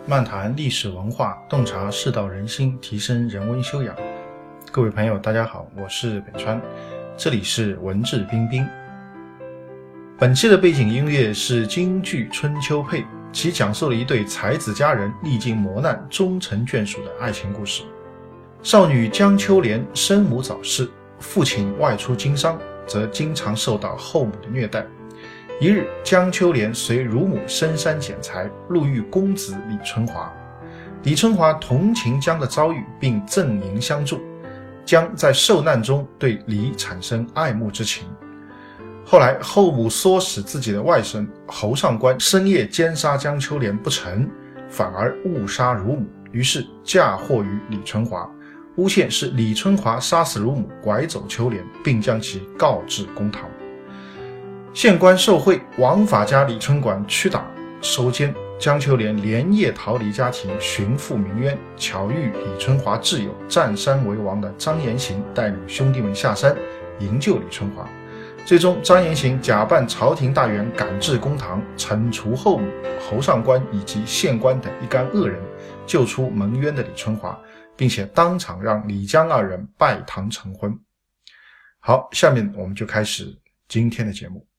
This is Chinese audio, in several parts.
漫谈历史文化，洞察世道人心，提升人文修养。各位朋友大家好，我是北川，这里是文质彬彬。本期的背景音乐是京剧《春秋配》，其讲述了一对才子佳人历经磨难终成眷属的爱情故事。少女江秋莲生母早逝，父亲外出经商，则经常受到后母的虐待。一日，江秋莲随乳母深山捡柴，路遇公子李春华。李春华同情江的遭遇，并赠银相助。江在受难中对李产生爱慕之情。后来后母唆使自己的外甥侯上官深夜奸杀江秋莲不成，反而误杀乳母，于是嫁祸于李春华，诬陷是李春华杀死乳母，拐走秋莲，并将其告至公堂。县官受贿，王法家李春馆屈打收监，江秋莲连夜逃离家庭，寻赴鸣冤，巧遇李春华挚友占山为王的张延行带领兄弟们下山营救李春华。最终张延行假扮朝廷大员赶至公堂，惩处后母、侯上官以及县官等一干恶人，救出蒙冤的李春华，并且当场让李江二人拜堂成婚。好，下面我们就开始今天的节目。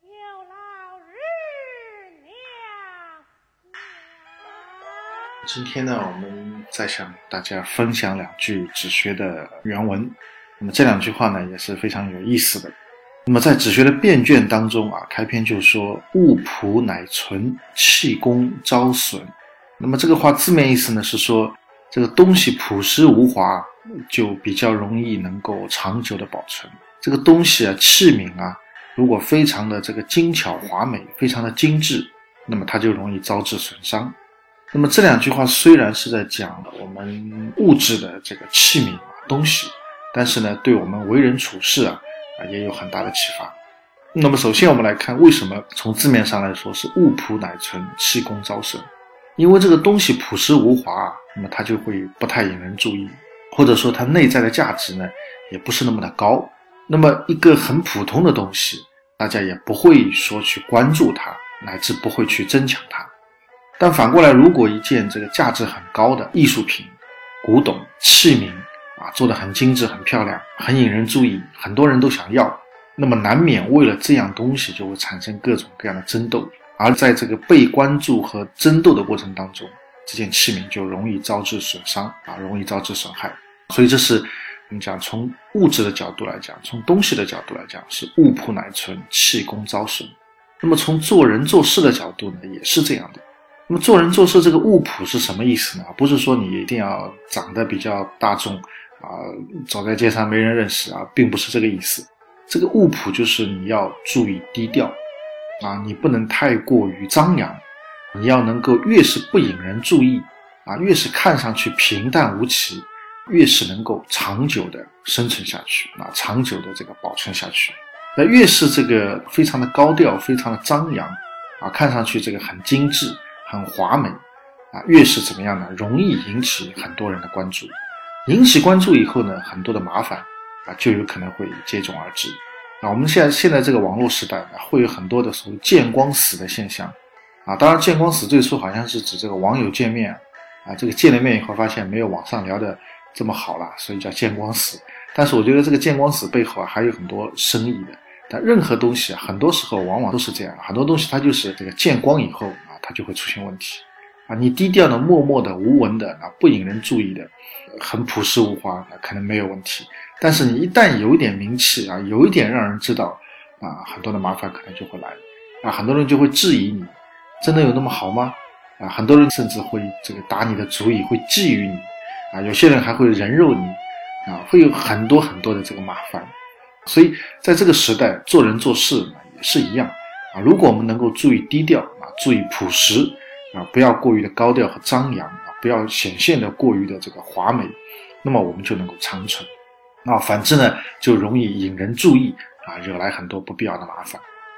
今天呢，我们再向大家分享两句子学的原文。那么这两句话呢，也是非常有意思的。那么在子学的辩卷当中开篇就说物朴乃存，气功昭损。那么这个话字面意思呢是说，这个东西朴实无华，就比较容易能够长久的保存。这个东西器皿如果非常的这个精巧华美，非常的精致，那么它就容易遭致损伤。那么这两句话虽然是在讲我们物质的这个器皿东西，但是呢，对我们为人处事也有很大的启发。那么首先我们来看，为什么从字面上来说是物朴乃存，气功昭损。因为这个东西朴实无华，那么它就会不太引人注意，或者说它内在的价值呢也不是那么的高。那么一个很普通的东西，大家也不会说去关注它，乃至不会去争抢它。但反过来，如果一件这个价值很高的艺术品、古董、器皿做得很精致、很漂亮、很引人注意，很多人都想要，那么难免为了这样东西就会产生各种各样的争斗，而在这个被关注和争斗的过程当中，这件器皿就容易招致损伤容易招致损害。所以这是我们讲从物质的角度来讲，从东西的角度来讲，是物朴乃存，气功昭损。那么从做人做事的角度呢，也是这样的。那么做人做事这个物朴是什么意思呢？不是说你一定要长得比较大众走在街上没人认识并不是这个意思。这个物朴就是你要注意低调你不能太过于张扬，你要能够越是不引人注意越是看上去平淡无奇，越是能够长久的生存下去长久的这个保存下去。那越是这个非常的高调，非常的张扬看上去这个很精致很华美越是怎么样呢？容易引起很多人的关注。引起关注以后呢，很多的麻烦就有可能会接踵而至。我们现在这个网络时代会有很多的所谓见光死的现象当然见光死最初好像是指这个网友见面这个见了面以后发现没有网上聊的这么好了，所以叫见光死。但是我觉得这个见光死背后还有很多深意的。但任何东西很多时候往往都是这样，很多东西它就是这个见光以后它就会出现问题你低调的、默默的、无闻的不引人注意的，很朴实无华可能没有问题。但是你一旦有一点名气有一点让人知道很多的麻烦可能就会来很多人就会质疑你，真的有那么好吗？很多人甚至会这个打你的主意，会觊觎你有些人还会人肉你会有很多很多的这个麻烦。所以在这个时代做人做事也是一样如果我们能够注意低调注意朴实不要过于的高调和张扬不要显现的过于的这个华美，那么我们就能够长存反之呢，就容易引人注意惹来很多不必要的麻烦。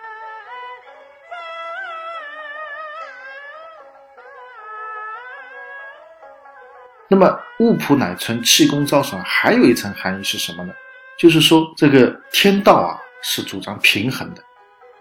那么物朴乃存，气功昭损还有一层含义是什么呢？就是说这个天道是主张平衡的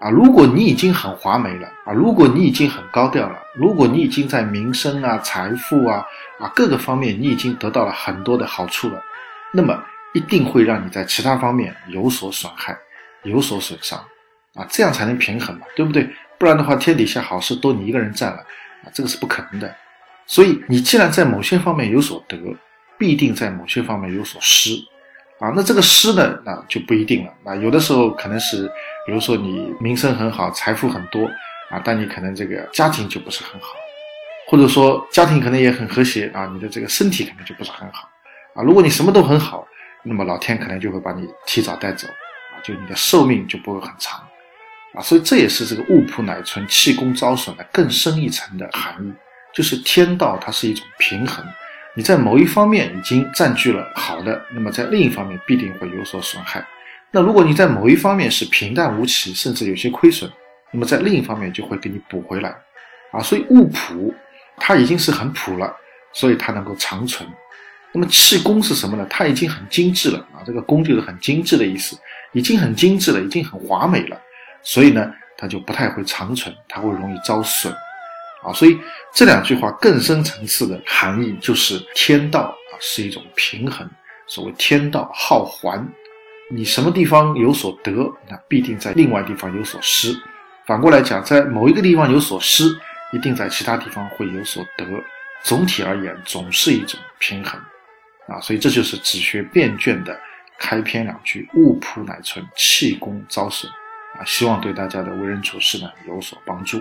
啊，如果你已经很华美了啊，如果你已经很高调了，如果你已经在名声啊、财富啊各个方面你已经得到了很多的好处了，那么一定会让你在其他方面有所损害、有所损伤啊，这样才能平衡嘛，对不对？不然的话，天底下好事都你一个人占了啊，这个是不可能的。所以你既然在某些方面有所得，必定在某些方面有所失啊，那这个失呢，那就不一定了。那有的时候可能是，比如说你名声很好，财富很多啊，但你可能这个家庭就不是很好，或者说家庭可能也很和谐啊，你的这个身体可能就不是很好啊。如果你什么都很好，那么老天可能就会把你提早带走啊，就你的寿命就不会很长啊。所以这也是这个物朴乃存，气功遭损的更深一层的含义，就是天道它是一种平衡。你在某一方面已经占据了好的，那么在另一方面必定会有所损害。那如果你在某一方面是平淡无奇，甚至有些亏损，那么在另一方面就会给你补回来啊。所以物朴它已经是很朴了，所以它能够长存。那么气功是什么呢？它已经很精致了啊，这个功就是很精致的意思，已经很精致了，已经很华美了，所以呢它就不太会长存，它会容易遭损啊。所以这两句话更深层次的含义就是天道啊是一种平衡，所谓天道好还，你什么地方有所得，那必定在另外地方有所失，反过来讲，在某一个地方有所失，一定在其他地方会有所得，总体而言总是一种平衡啊。所以这就是止学变卷的开篇两句，物朴乃存，气功遭损啊，希望对大家的为人处事呢有所帮助。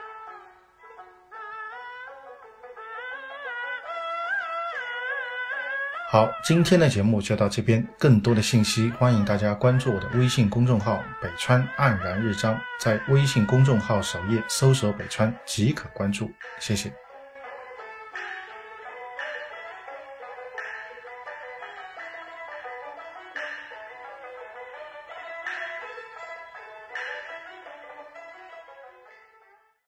好，今天的节目就到这边，更多的信息欢迎大家关注我的微信公众号北川黯然日章，在微信公众号首页搜索北川即可关注，谢谢。